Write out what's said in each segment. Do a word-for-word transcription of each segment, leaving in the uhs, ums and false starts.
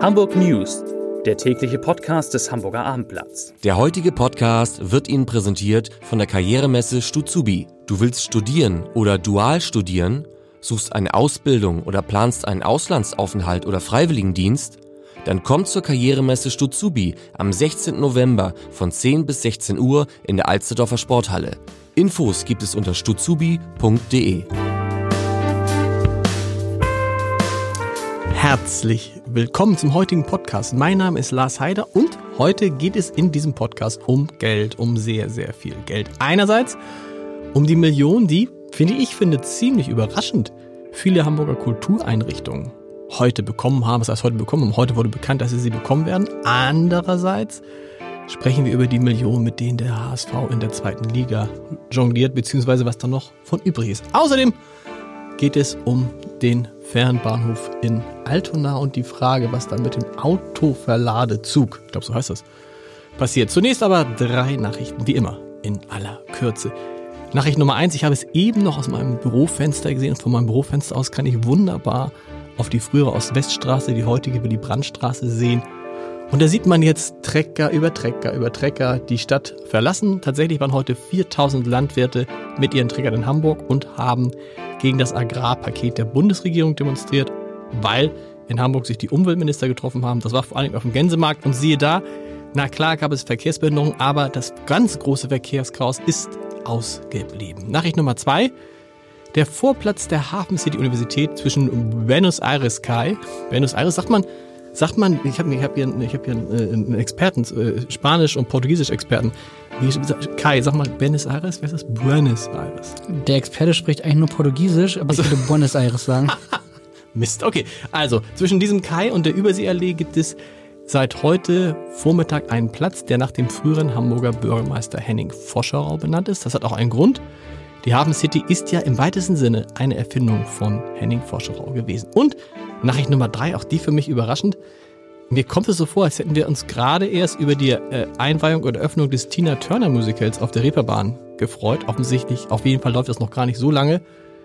Hamburg News, der tägliche Podcast des Hamburger Abendblatts. Der heutige Podcast wird Ihnen präsentiert von der Karrieremesse Stuzubi. Du willst studieren oder dual studieren, suchst eine Ausbildung oder planst einen Auslandsaufenthalt oder Freiwilligendienst? Dann komm zur Karrieremesse Stuzubi am sechzehnten November von zehn bis sechzehn Uhr in der Alsterdorfer Sporthalle. Infos gibt es unter stuzubi punkt de. Herzlich willkommen zum heutigen Podcast. Mein Name ist Lars Heider und heute geht es in diesem Podcast um Geld, um sehr, sehr viel Geld. Einerseits um die Million, die, finde ich, finde ziemlich überraschend, viele Hamburger Kultureinrichtungen heute bekommen haben, das heißt heute bekommen haben. Heute wurde bekannt, dass sie sie bekommen werden. Andererseits sprechen wir über die Millionen, mit denen der H S V in der zweiten Liga jongliert, beziehungsweise was da noch von übrig ist. Außerdem geht es um den Fernbahnhof in Altona und die Frage, was da mit dem Autoverladezug, ich glaube, so heißt das, passiert. Zunächst aber drei Nachrichten, wie immer, in aller Kürze. Nachricht Nummer eins, ich habe es eben noch aus meinem Bürofenster gesehen und von meinem Bürofenster aus kann ich wunderbar auf die frühere Ost-West-Straße, die heutige Willy Brandt-Straße sehen. Und da sieht man jetzt Trecker über Trecker über Trecker die Stadt verlassen. Tatsächlich waren heute viertausend Landwirte mit ihren Treckern in Hamburg und haben gegen das Agrarpaket der Bundesregierung demonstriert, weil in Hamburg sich die Umweltminister getroffen haben. Das war vor allem auf dem Gänsemarkt und siehe da, na klar gab es Verkehrsbehinderungen, aber das ganz große Verkehrschaos ist ausgeblieben. Nachricht Nummer zwei. Der Vorplatz der Hafen City Universität zwischen Buenos Aires Kai. Buenos Aires sagt man, sagt man, ich habe ich hab hier, ich hab hier einen Experten, Spanisch- und Portugiesisch-Experten. Kai, sag mal, Buenos Aires, wer ist das? Buenos Aires. Der Experte spricht eigentlich nur Portugiesisch, aber also, ich würde Buenos Aires sagen. Mist, okay. Also, zwischen diesem Kai und der Überseeallee gibt es seit heute Vormittag einen Platz, der nach dem früheren Hamburger Bürgermeister Henning Voscherau benannt ist. Das hat auch einen Grund. Die Hafen City ist ja im weitesten Sinne eine Erfindung von Henning Voscherau gewesen. Und Nachricht Nummer drei, auch die für mich überraschend. Mir kommt es so vor, als hätten wir uns gerade erst über die äh, Einweihung oder Öffnung des Tina Turner Musicals auf der Reeperbahn gefreut. Offensichtlich, auf jeden Fall läuft das noch gar nicht so lange.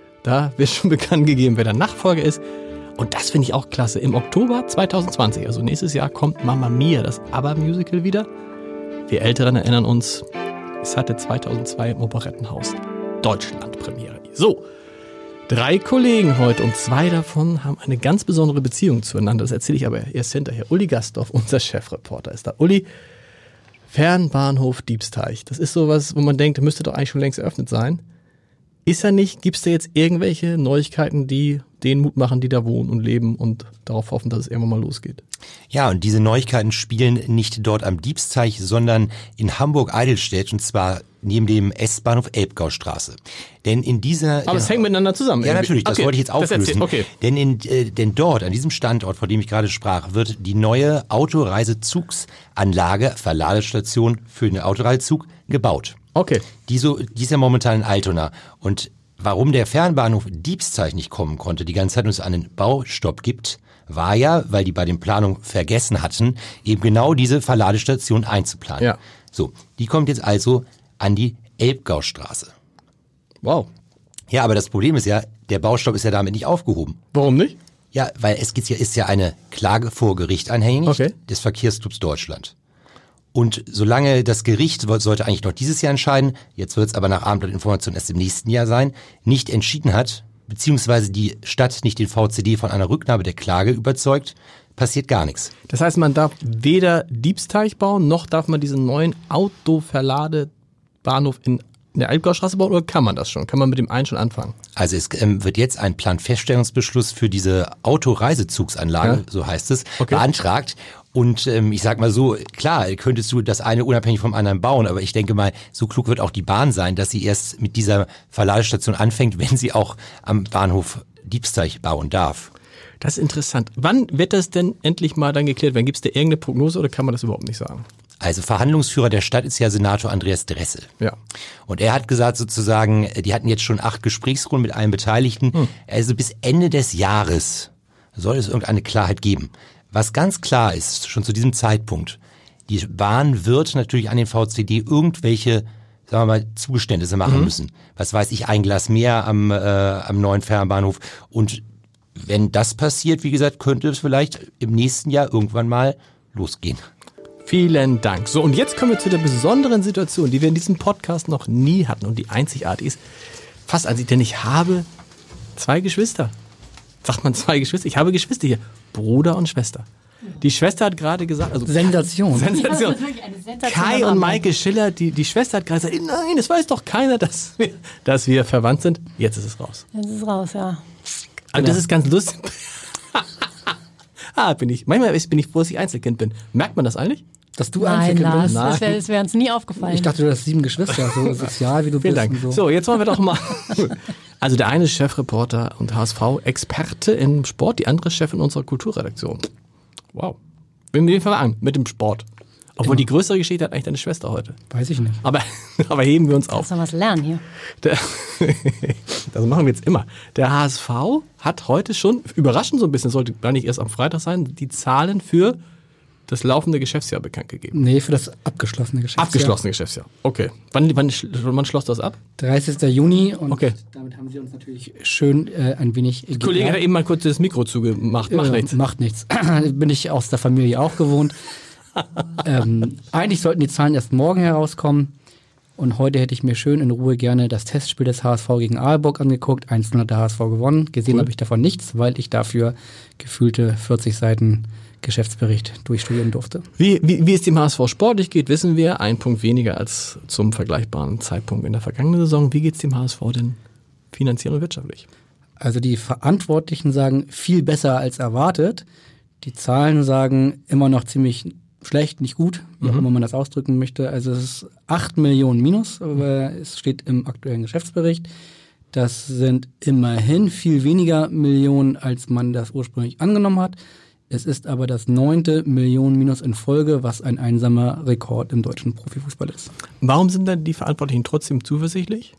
Da wird schon bekannt gegeben, wer der Nachfolger ist. Und das finde ich auch klasse. Im Oktober zwanzig zwanzig, also nächstes Jahr, kommt Mamma Mia, das ABBA-Musical wieder. Wir Älteren erinnern uns, es hatte zweitausendzwei im Operettenhaus Deutschland-Premiere. So, drei Kollegen heute und zwei davon haben eine ganz besondere Beziehung zueinander. Das erzähle ich aber erst hinterher. Uli Gastorf, unser Chefreporter, ist da. Uli, Fernbahnhof Diebsteich. Das ist sowas, wo man denkt, müsste doch eigentlich schon längst eröffnet sein. Ist er nicht? Gibt es da jetzt irgendwelche Neuigkeiten, die denen Mut machen, die da wohnen und leben und darauf hoffen, dass es irgendwann mal losgeht? Ja, und diese Neuigkeiten spielen nicht dort am Diebsteich, sondern in Hamburg-Eidelstedt, und zwar neben dem S-Bahnhof Elbgaustraße. Denn in dieser... Aber es hängt miteinander zusammen. Ja, irgendwie. natürlich, das okay, wollte ich jetzt auflösen. Okay. Denn, in, äh, denn dort, an diesem Standort, von dem ich gerade sprach, wird die neue Autoreisezugsanlage, Verladestation für den Autoreisezug, gebaut. Okay. Die, so, die ist ja momentan in Altona. Und warum der Fernbahnhof Diebsteich nicht kommen konnte, die ganze Zeit uns einen Baustopp gibt, war ja, weil die bei den Planungen vergessen hatten, eben genau diese Verladestation einzuplanen. Ja. So, die kommt jetzt also an die Elbgaustraße. Wow. Ja, aber das Problem ist ja, der Baustopp ist ja damit nicht aufgehoben. Warum nicht? Ja, weil es gibt ja, ist ja eine Klage vor Gericht anhängig okay. des Verkehrsclubs Deutschland. Und solange das Gericht, sollte eigentlich noch dieses Jahr entscheiden, jetzt wird es aber nach Abendblattinformation erst im nächsten Jahr sein, nicht entschieden hat, beziehungsweise die Stadt nicht den V C D von einer Rücknahme der Klage überzeugt, passiert gar nichts. Das heißt, man darf weder Diebsteich bauen, noch darf man diesen neuen Autoverladebahnhof in der Elbgaustraße bauen, oder kann man das schon? Kann man mit dem einen schon anfangen? Also es ähm, wird jetzt ein Planfeststellungsbeschluss für diese Autoreisezugsanlage, ja. so heißt es, okay. beantragt. Und ähm, ich sag mal so, klar, könntest du das eine unabhängig vom anderen bauen, aber ich denke mal, so klug wird auch die Bahn sein, dass sie erst mit dieser Verladestation anfängt, wenn sie auch am Bahnhof Diebsteich bauen darf. Das ist interessant. Wann wird das denn endlich mal dann geklärt werden? Gibt es da irgendeine Prognose oder kann man das überhaupt nicht sagen? Also Verhandlungsführer der Stadt ist ja Senator Andreas Dressel. Ja. Und er hat gesagt sozusagen, die hatten jetzt schon acht Gesprächsrunden mit allen Beteiligten. Hm. Also bis Ende des Jahres soll es irgendeine Klarheit geben. Was ganz klar ist, schon zu diesem Zeitpunkt, die Bahn wird natürlich an den V C D irgendwelche, sagen wir mal, Zugeständnisse machen mhm. müssen. Was weiß ich, ein Glas mehr am, äh, am neuen Fernbahnhof und wenn das passiert, wie gesagt, könnte es vielleicht im nächsten Jahr irgendwann mal losgehen. Vielen Dank. So, und jetzt kommen wir zu der besonderen Situation, die wir in diesem Podcast noch nie hatten und die einzigartig ist. Fast einzig, denn ich habe zwei Geschwister. Sagt man zwei Geschwister? Ich habe Geschwister hier. Bruder und Schwester. Die Schwester hat gerade gesagt, also Sensation. Sensation. Ja, das ist wirklich eine Sensation. Kai und Maike Schiller, die, die Schwester hat gerade gesagt, nein, es weiß doch keiner, dass wir, dass wir verwandt sind. Jetzt ist es raus. Jetzt ist es raus, ja. Also das ist ganz lustig. ah, bin ich. Manchmal bin ich froh, dass ich Einzelkind bin. Merkt man das eigentlich? Dass du Nein, Einzelkind Lars, bist? das wäre wär uns nie aufgefallen. Ich dachte, du hast sieben Geschwister, so sozial wie du Vielen bist. Dank. und So. jetzt wollen wir doch mal. Also der eine ist Chefreporter und H S V-Experte im Sport, die andere Chefin unserer Kulturredaktion. Wow. Wir fangen an mit dem Sport. Obwohl die größere Geschichte hat eigentlich deine Schwester heute. Weiß ich nicht. Aber, aber heben wir uns auf. Lass noch was lernen hier. Der, das machen wir jetzt immer. Der H S V hat heute schon, überraschend so ein bisschen, sollte gar nicht erst am Freitag sein, die Zahlen für das laufende Geschäftsjahr bekannt gegeben. Nee, für das abgeschlossene Geschäftsjahr. Abgeschlossene Geschäftsjahr. Okay. Wann, wann, wann schloss das ab? dreißigster Juni und Okay. damit haben sie uns natürlich schön äh, ein wenig... Der Kollege hat eben mal kurz das Mikro zugemacht. Macht äh, nichts. Macht nichts. Bin ich aus der Familie auch gewohnt. ähm, eigentlich sollten die Zahlen erst morgen herauskommen. Und heute hätte ich mir schön in Ruhe gerne das Testspiel des H S V gegen Aalborg angeguckt. eins zu null hat der H S V gewonnen. Gesehen Cool. habe ich davon nichts, weil ich dafür gefühlte vierzig Seiten Geschäftsbericht durchstudieren durfte. Wie, wie, wie es dem H S V sportlich geht, wissen wir. Ein Punkt weniger als zum vergleichbaren Zeitpunkt in der vergangenen Saison. Wie geht es dem H S V denn finanziell und wirtschaftlich? Also die Verantwortlichen sagen viel besser als erwartet. Die Zahlen sagen immer noch ziemlich schlecht, nicht gut, wie auch immer man das ausdrücken möchte. Also es ist acht Millionen minus, aber es steht im aktuellen Geschäftsbericht. Das sind immerhin viel weniger Millionen, als man das ursprünglich angenommen hat. Es ist aber das neunte Millionen Minus in Folge, was ein einsamer Rekord im deutschen Profifußball ist. Warum sind dann die Verantwortlichen trotzdem zuversichtlich?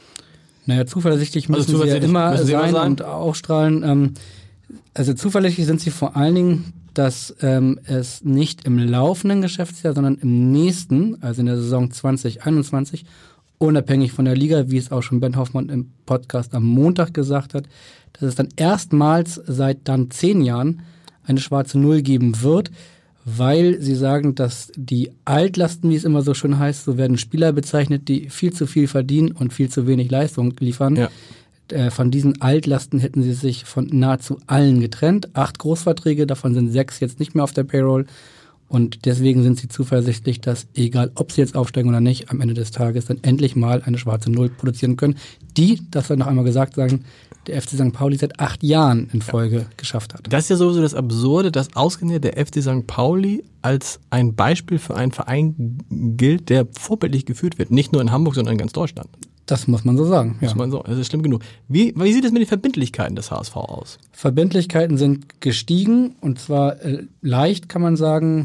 Naja, zuversichtlich müssen Also zuversichtlich sie ja immer müssen sie immer sein, sein? und ausstrahlen. Ähm, also zuverlässig sind sie vor allen Dingen, dass ähm, es nicht im laufenden Geschäftsjahr, sondern im nächsten, also in der Saison zwanzig einundzwanzig, unabhängig von der Liga, wie es auch schon Ben Hoffmann im Podcast am Montag gesagt hat, dass es dann erstmals seit dann zehn Jahren eine schwarze Null geben wird, weil sie sagen, dass die Altlasten, wie es immer so schön heißt, so werden Spieler bezeichnet, die viel zu viel verdienen und viel zu wenig Leistung liefern. Ja. Äh, von diesen Altlasten hätten sie sich von nahezu allen getrennt. Acht Großverträge, davon sind sechs jetzt nicht mehr auf der Payroll. Und deswegen sind sie zuversichtlich, dass, egal ob sie jetzt aufsteigen oder nicht, am Ende des Tages dann endlich mal eine schwarze Null produzieren können, die, das soll noch einmal gesagt sagen, der F C Sankt Pauli seit acht Jahren in Folge ja. geschafft hat. Das ist ja sowieso das Absurde, dass ausgerechnet der F C Sankt Pauli als ein Beispiel für einen Verein gilt, der vorbildlich geführt wird. Nicht nur in Hamburg, sondern in ganz Deutschland. Das muss man so sagen. Muss ja. man so, das ist schlimm genug. Wie, wie sieht es mit den Verbindlichkeiten des H S V aus? Verbindlichkeiten sind gestiegen, und zwar äh, leicht, kann man sagen,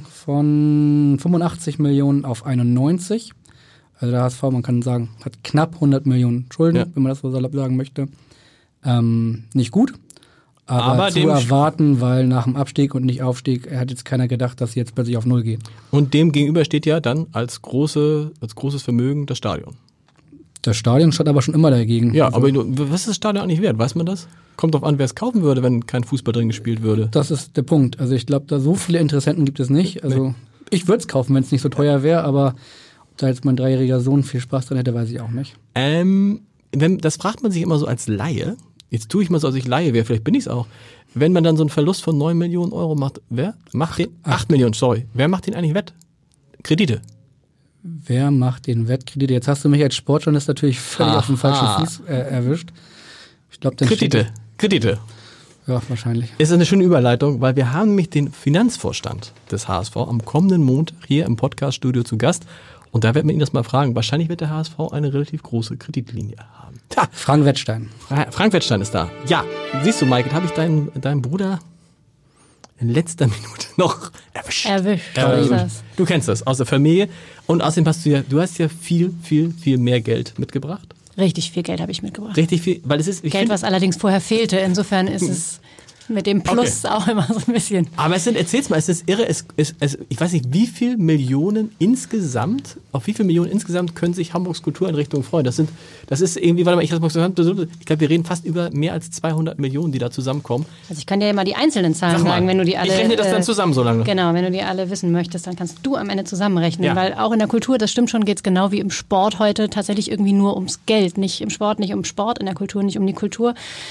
von fünfundachtzig Millionen auf einundneunzig. Also der H S V, man kann sagen, hat knapp hundert Millionen Schulden, ja. wenn man das so salopp sagen möchte. Ähm, nicht gut, aber, aber zu erwarten, weil nach dem Abstieg und nicht Aufstieg hat jetzt keiner gedacht, dass sie jetzt plötzlich auf Null gehen. Und dem gegenüber steht ja dann als, große, als großes Vermögen das Stadion. Das Stadion stand aber schon immer dagegen. Ja, also, aber was ist das Stadion eigentlich wert? Weiß man das? Kommt drauf an, wer es kaufen würde, wenn kein Fußball drin gespielt würde. Das ist der Punkt. Also ich glaube, da so viele Interessenten gibt es nicht. Also nee. Ich würde es kaufen, wenn es nicht so teuer wäre, aber ob da jetzt mein dreijähriger Sohn viel Spaß dran hätte, weiß ich auch nicht. Ähm, wenn, das fragt man sich immer so als Laie. Jetzt tue ich mal so, als ich Laie wäre, vielleicht bin ich es auch. Wenn man dann so einen Verlust von neun Millionen Euro macht, wer macht den? acht Millionen, sorry. Wer macht den eigentlich wett? Kredite. Wer macht den Wettkredit? Jetzt hast du mich als Sportjournalist natürlich völlig Aha. auf dem falschen Fuß äh, erwischt. Ich glaube, Kredite. Kredite. Ja, wahrscheinlich. Ist eine schöne Überleitung, weil wir haben nämlich den Finanzvorstand des H S V am kommenden Montag hier im Podcaststudio zu Gast. Und da werden wir ihn das mal fragen. Wahrscheinlich wird der H S V eine relativ große Kreditlinie haben. Tja, Frank Wettstein. Frank Wettstein ist da. Ja, siehst du, Mike, habe ich deinen, deinen Bruder in letzter Minute noch erwischt. Erwischt. Ähm, du kennst das aus der Familie. Und außerdem hast du ja, du hast ja viel, viel, viel mehr Geld mitgebracht. Richtig viel Geld habe ich mitgebracht. Richtig viel, weil es ist... Ich Geld, find, was allerdings vorher fehlte. Insofern ist es mit dem Plus okay. auch immer so ein bisschen. Aber es sind, erzähl's mal, es ist irre, es, es, es, ich weiß nicht, wie viel Millionen insgesamt, auf wie viele Millionen insgesamt können sich Hamburgs Kultureinrichtungen freuen? Das sind, das ist irgendwie, warte mal, ich, ich glaube, wir reden fast über mehr als zweihundert Millionen, die da zusammenkommen. Also ich kann dir ja mal die einzelnen Zahlen Sag mal, sagen, wenn du die alle... Ich rechne das dann zusammen so lange. Genau, wenn du die alle wissen möchtest, dann kannst du am Ende zusammenrechnen, ja. weil auch in der Kultur, das stimmt schon, geht es genau wie im Sport heute tatsächlich irgendwie nur ums Geld, nicht im Sport, nicht um Sport, in der Kultur nicht um die Kultur.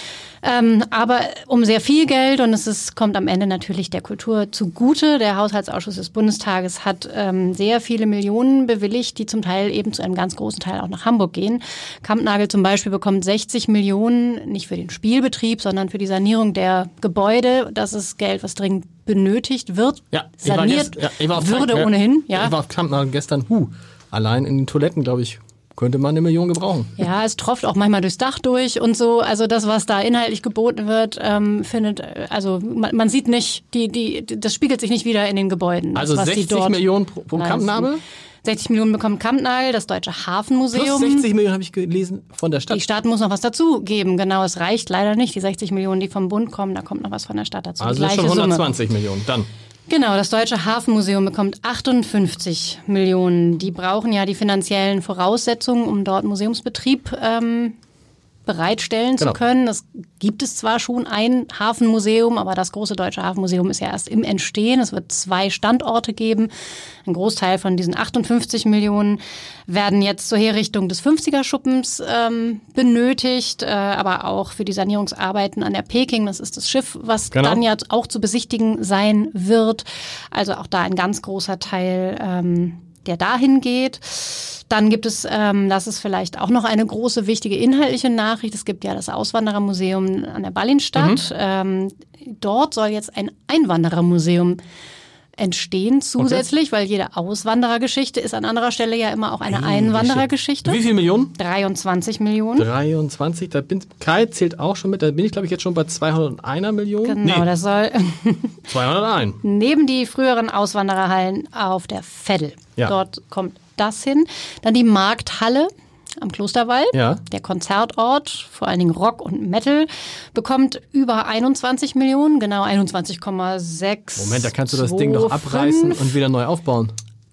Ähm, aber um sehr viel Geld und es ist, kommt am Ende natürlich der Kultur zugute. Der Haushaltsausschuss des Bundestages hat ähm, sehr viele Millionen bewilligt, die zum Teil eben zu einem ganz großen Teil auch nach Hamburg gehen. Kampnagel zum Beispiel bekommt sechzig Millionen, nicht für den Spielbetrieb, sondern für die Sanierung der Gebäude. Das ist Geld, was dringend benötigt wird. Ja, saniert gest, ja, ich war auf würde Zeit, ohnehin. Ja. Ich war auf Kampnagel gestern, huh, allein in den Toiletten, glaube ich, könnte man eine Million gebrauchen. Ja, es tropft auch manchmal durchs Dach durch und so. Also das, was da inhaltlich geboten wird, ähm, findet, also man, man sieht nicht, die, die, das spiegelt sich nicht wieder in den Gebäuden. Also was sechzig die dort Millionen pro, pro Kampnagel? sechzig Millionen bekommt Kampnagel, das Deutsche Hafenmuseum. Plus sechzig Millionen habe ich gelesen von der Stadt. Die Stadt muss noch was dazu geben, genau. Es reicht leider nicht, die sechzig Millionen, die vom Bund kommen, da kommt noch was von der Stadt dazu. Also schon hundertzwanzig Summe. Millionen, dann. Genau, das Deutsche Hafenmuseum bekommt achtundfünfzig Millionen. Die brauchen ja die finanziellen Voraussetzungen, um dort Museumsbetrieb ähm, bereitstellen genau. zu können. Es gibt es zwar schon ein Hafenmuseum, aber das große Deutsche Hafenmuseum ist ja erst im Entstehen. Es wird zwei Standorte geben. Ein Großteil von diesen achtundfünfzig Millionen werden jetzt zur Herrichtung des fünfziger-Schuppens ähm, benötigt, äh, aber auch für die Sanierungsarbeiten an der Peking. Das ist das Schiff, was genau. dann ja auch zu besichtigen sein wird. Also auch da ein ganz großer Teil, ähm, der dahin geht. Dann gibt es, ähm, das ist vielleicht auch noch eine große, wichtige inhaltliche Nachricht. Es gibt ja das Auswanderermuseum an der Ballinstadt. Mhm. Ähm, dort soll jetzt ein Einwanderermuseum entstehen zusätzlich, okay. weil jede Auswanderergeschichte ist an anderer Stelle ja immer auch eine Ei, Einwanderergeschichte. Wie viele Millionen? dreiundzwanzig Millionen. dreiundzwanzig, da bin Kai zählt auch schon mit, da bin ich glaube ich jetzt schon bei zweihunderteiner Million. Genau, nee. das soll zweihunderteins. Neben die früheren Auswandererhallen auf der Veddel. Ja. Dort kommt das hin. Dann die Markthalle am Klosterwall, ja. der Konzertort, vor allen Dingen Rock und Metal, bekommt über einundzwanzig Millionen, genau einundzwanzig Komma sechs. Moment, da kannst du das Ding doch abreißen und wieder neu aufbauen.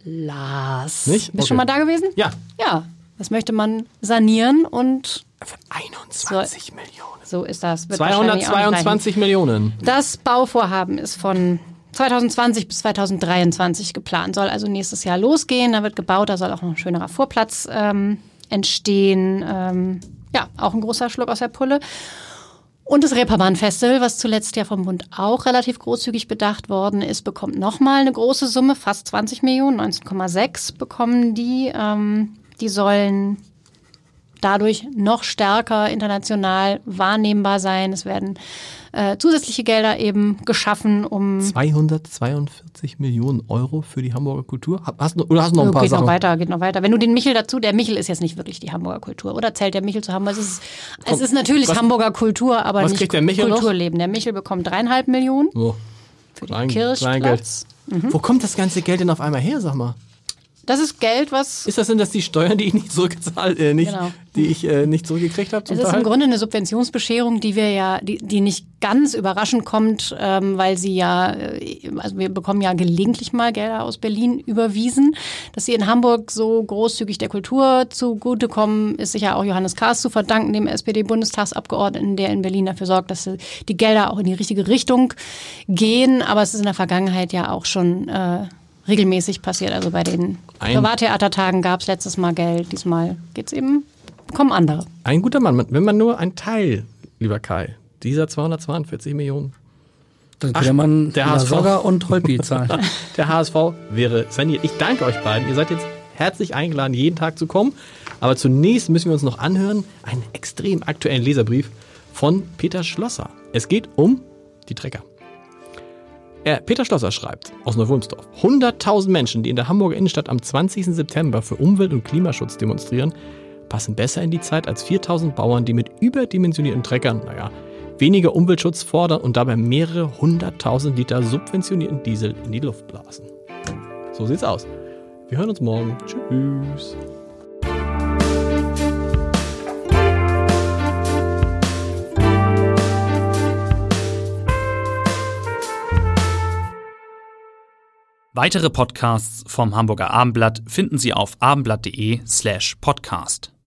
Lars. Nicht? Bist du okay. schon mal da gewesen? Ja. Ja, das möchte man sanieren und... Für einundzwanzig so, Millionen. So ist das. Wird zweihundertzweiundzwanzig Millionen. Das Bauvorhaben ist von zweitausendzwanzig bis zweitausenddreiundzwanzig geplant, soll also nächstes Jahr losgehen. Da wird gebaut, da soll auch noch ein schönerer Vorplatz ähm, entstehen. Ähm, ja, auch ein großer Schluck aus der Pulle. Und das Reeperbahn-Festival, was zuletzt ja vom Bund auch relativ großzügig bedacht worden ist, bekommt nochmal eine große Summe, fast zwanzig Millionen, neunzehn Komma sechs bekommen die. Ähm, die sollen dadurch noch stärker international wahrnehmbar sein. Es werden äh, zusätzliche Gelder eben geschaffen, um... zweihundertzweiundvierzig Millionen Euro für die Hamburger Kultur? Hast du, oder hast du noch ein paar geht Sachen? Noch weiter, geht noch weiter. Wenn du den Michel dazu... Der Michel ist jetzt nicht wirklich die Hamburger Kultur. Oder zählt der Michel zu Hamburg? Es ist, Komm, es ist natürlich was, Hamburger Kultur, aber was nicht kriegt der Michel Kulturleben. Noch? Der Michel bekommt dreieinhalb Millionen oh. für den Klein, Kirchplatz. Mhm. Wo kommt das ganze Geld denn auf einmal her, sag mal? Das ist Geld, was... Ist das denn das die Steuern, die ich nicht zurückgezahlt, äh, nicht, genau. die ich äh, nicht zurückgekriegt habe? Es ist im Grunde eine Subventionsbescherung, die wir ja, die, die nicht ganz überraschend kommt, ähm, weil sie ja, also wir bekommen ja gelegentlich mal Gelder aus Berlin überwiesen. Dass sie in Hamburg so großzügig der Kultur zugutekommen, ist sicher auch Johannes Kahrs zu verdanken, dem S P D-Bundestagsabgeordneten, der in Berlin dafür sorgt, dass die Gelder auch in die richtige Richtung gehen. Aber es ist in der Vergangenheit ja auch schon äh, regelmäßig passiert. Also bei den Ein Privattheatertagen gab es letztes Mal Geld, diesmal geht's eben, bekommen andere. Ein guter Mann, wenn man nur ein Teil, lieber Kai, dieser zweihundertzweiundvierzig Millionen, dann könnte man der H S V Sogar und Holpi zahlen. Der H S V wäre saniert. Ich danke euch beiden. Ihr seid jetzt herzlich eingeladen, jeden Tag zu kommen. Aber zunächst müssen wir uns noch anhören, einen extrem aktuellen Leserbrief von Peter Schlosser. Es geht um die Trecker. Er, Peter Schlosser schreibt aus Neuwulmsdorf: hunderttausend Menschen, die in der Hamburger Innenstadt am zwanzigsten September für Umwelt- und Klimaschutz demonstrieren, passen besser in die Zeit als viertausend Bauern, die mit überdimensionierten Treckern, naja, weniger Umweltschutz fordern und dabei mehrere hunderttausend Liter subventionierten Diesel in die Luft blasen. So sieht's aus. Wir hören uns morgen. Tschüss. Weitere Podcasts vom Hamburger Abendblatt finden Sie auf abendblatt.de slash podcast.